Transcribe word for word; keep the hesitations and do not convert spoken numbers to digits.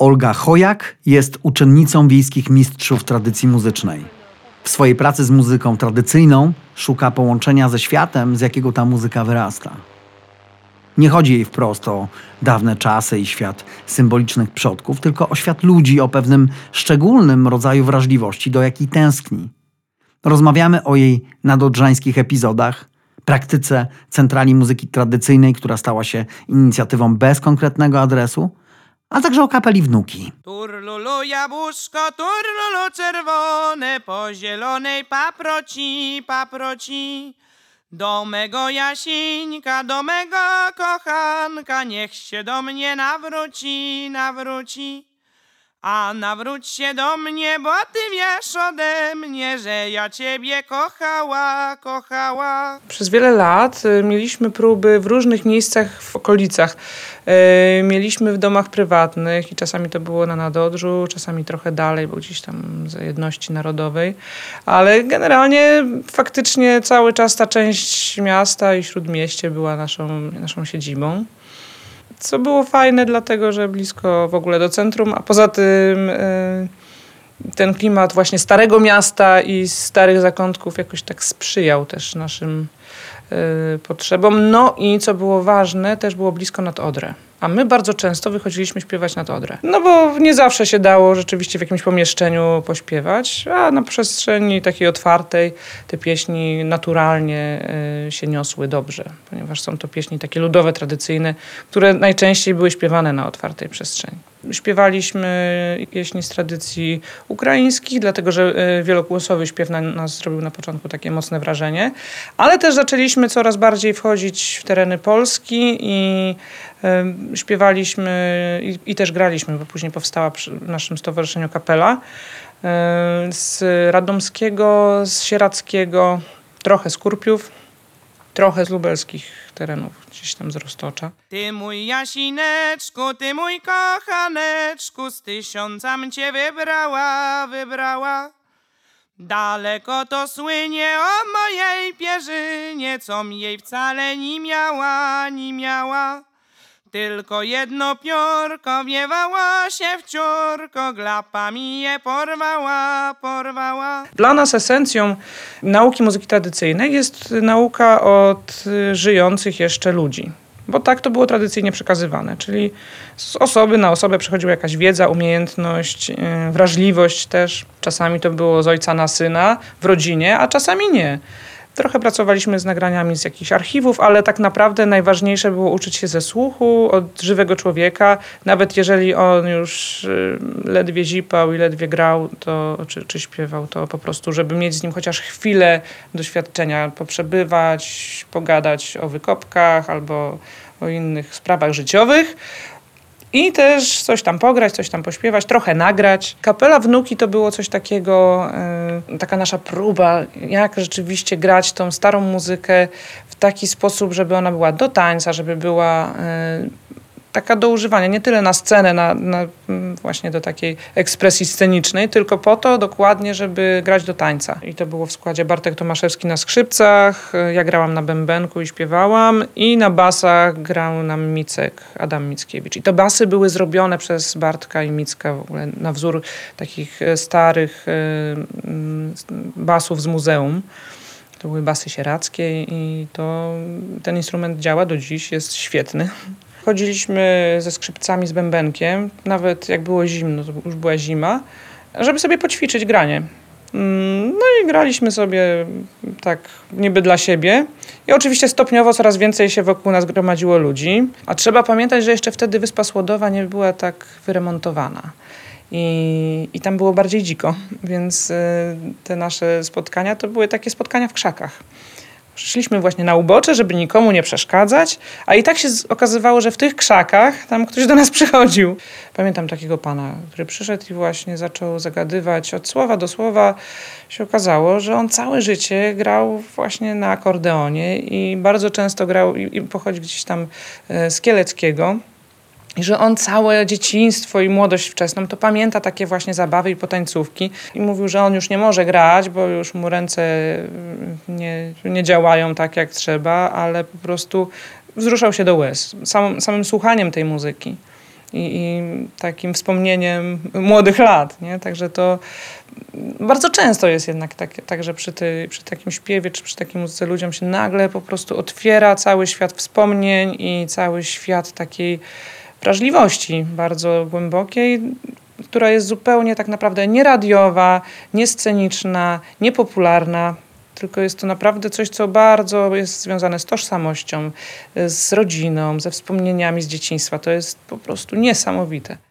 Olga Chojak jest uczennicą wiejskich mistrzów tradycji muzycznej. W swojej pracy z muzyką tradycyjną szuka połączenia ze światem, z jakiego ta muzyka wyrasta. Nie chodzi jej wprost o dawne czasy i świat symbolicznych przodków, tylko o świat ludzi, o pewnym szczególnym rodzaju wrażliwości, do jakiej tęskni. Rozmawiamy o jej nadodrzańskich epizodach, praktyce Centrali Muzyki Tradycyjnej, która stała się inicjatywą bez konkretnego adresu, a także o kapeli Wnuki. Turlulu jabłuszko, turlulu czerwone, po zielonej paproci, paproci. Do mego Jasieńka, do mego kochanka, niech się do mnie nawróci, nawróci. A nawróć się do mnie, bo ty wiesz ode mnie, że ja ciebie kochała, kochała. Przez wiele lat mieliśmy próby w różnych miejscach w okolicach. Mieliśmy w domach prywatnych i czasami to było na Nadodrzu, czasami trochę dalej, bo gdzieś tam z jedności narodowej. Ale generalnie faktycznie cały czas ta część miasta i Śródmieście była naszą, naszą siedzibą. Co było fajne, dlatego że blisko w ogóle do centrum, a poza tym y, ten klimat właśnie Starego Miasta i starych zakątków jakoś tak sprzyjał też naszym y, potrzebom. No i co było ważne, też było blisko nad Odrę. A my bardzo często wychodziliśmy śpiewać nad Odrę. No bo nie zawsze się dało rzeczywiście w jakimś pomieszczeniu pośpiewać, a na przestrzeni takiej otwartej te pieśni naturalnie y, się niosły dobrze, ponieważ są to pieśni takie ludowe, tradycyjne, które najczęściej były śpiewane na otwartej przestrzeni. Śpiewaliśmy pieśni z tradycji ukraińskich, dlatego że wielogłosowy śpiew na nas zrobił na początku takie mocne wrażenie, ale też zaczęliśmy coraz bardziej wchodzić w tereny Polski i y, śpiewaliśmy i, i też graliśmy, bo później powstała przy naszym stowarzyszeniu kapela y, z radomskiego, z sieradzkiego, trochę z Kurpiów, trochę z lubelskich terenów, gdzieś tam z Roztocza. Ty mój Jasineczku, ty mój kochaneczku, z tysiącam cię wybrała, wybrała. Daleko to słynie o mojej pierzynie, com jej wcale nie miała, nie miała. Tylko jedno piórko wiewało się w ciórko, glapa mi je porwała, porwała. Dla nas esencją nauki muzyki tradycyjnej jest nauka od żyjących jeszcze ludzi. Bo tak to było tradycyjnie przekazywane, czyli z osoby na osobę przechodziła jakaś wiedza, umiejętność, wrażliwość też. Czasami to było z ojca na syna w rodzinie, a czasami nie. Trochę pracowaliśmy z nagraniami z jakichś archiwów, ale tak naprawdę najważniejsze było uczyć się ze słuchu od żywego człowieka. Nawet jeżeli on już ledwie zipał i ledwie grał to, czy, czy śpiewał, to po prostu, żeby mieć z nim chociaż chwilę doświadczenia, poprzebywać, pogadać o wykopkach albo o innych sprawach życiowych. I też coś tam pograć, coś tam pośpiewać, trochę nagrać. Kapela Wnuki to było coś takiego, yy, taka nasza próba, jak rzeczywiście grać tą starą muzykę w taki sposób, żeby ona była do tańca, żeby była yy, taka do używania, nie tyle na scenę, na, na właśnie do takiej ekspresji scenicznej, tylko po to dokładnie, żeby grać do tańca. I to było w składzie Bartek Tomaszewski na skrzypcach, ja grałam na bębenku i śpiewałam i na basach grał nam Micek, Adam Mickiewicz. I to basy były zrobione przez Bartka i Micka w ogóle na wzór takich starych basów z muzeum. To były basy sieradzkie i to, ten instrument działa do dziś, jest świetny. Chodziliśmy ze skrzypcami, z bębenkiem, nawet jak było zimno, to już była zima, żeby sobie poćwiczyć granie. No i graliśmy sobie tak niby dla siebie. I oczywiście stopniowo coraz więcej się wokół nas gromadziło ludzi. A trzeba pamiętać, że jeszcze wtedy Wyspa Słodowa nie była tak wyremontowana. I, i tam było bardziej dziko, więc te nasze spotkania to były takie spotkania w krzakach. Szliśmy właśnie na ubocze, żeby nikomu nie przeszkadzać, a i tak się okazywało, że w tych krzakach tam ktoś do nas przychodził. Pamiętam takiego pana, który przyszedł i właśnie zaczął zagadywać od słowa do słowa. Się okazało, że on całe życie grał właśnie na akordeonie i bardzo często grał i, i pochodzi gdzieś tam z Kieleckiego. I że on całe dzieciństwo i młodość wczesną to pamięta takie właśnie zabawy i potańcówki. I mówił, że on już nie może grać, bo już mu ręce nie, nie działają tak jak trzeba, ale po prostu wzruszał się do łez samym, samym słuchaniem tej muzyki. i, i takim wspomnieniem młodych lat, nie? Także to bardzo często jest jednak tak, tak że przy, ty, przy takim śpiewie czy przy takiej muzyce ludziom się nagle po prostu otwiera cały świat wspomnień i cały świat takiej wrażliwości bardzo głębokiej, która jest zupełnie tak naprawdę nieradiowa, niesceniczna, niepopularna, tylko jest to naprawdę coś, co bardzo jest związane z tożsamością, z rodziną, ze wspomnieniami z dzieciństwa. To jest po prostu niesamowite.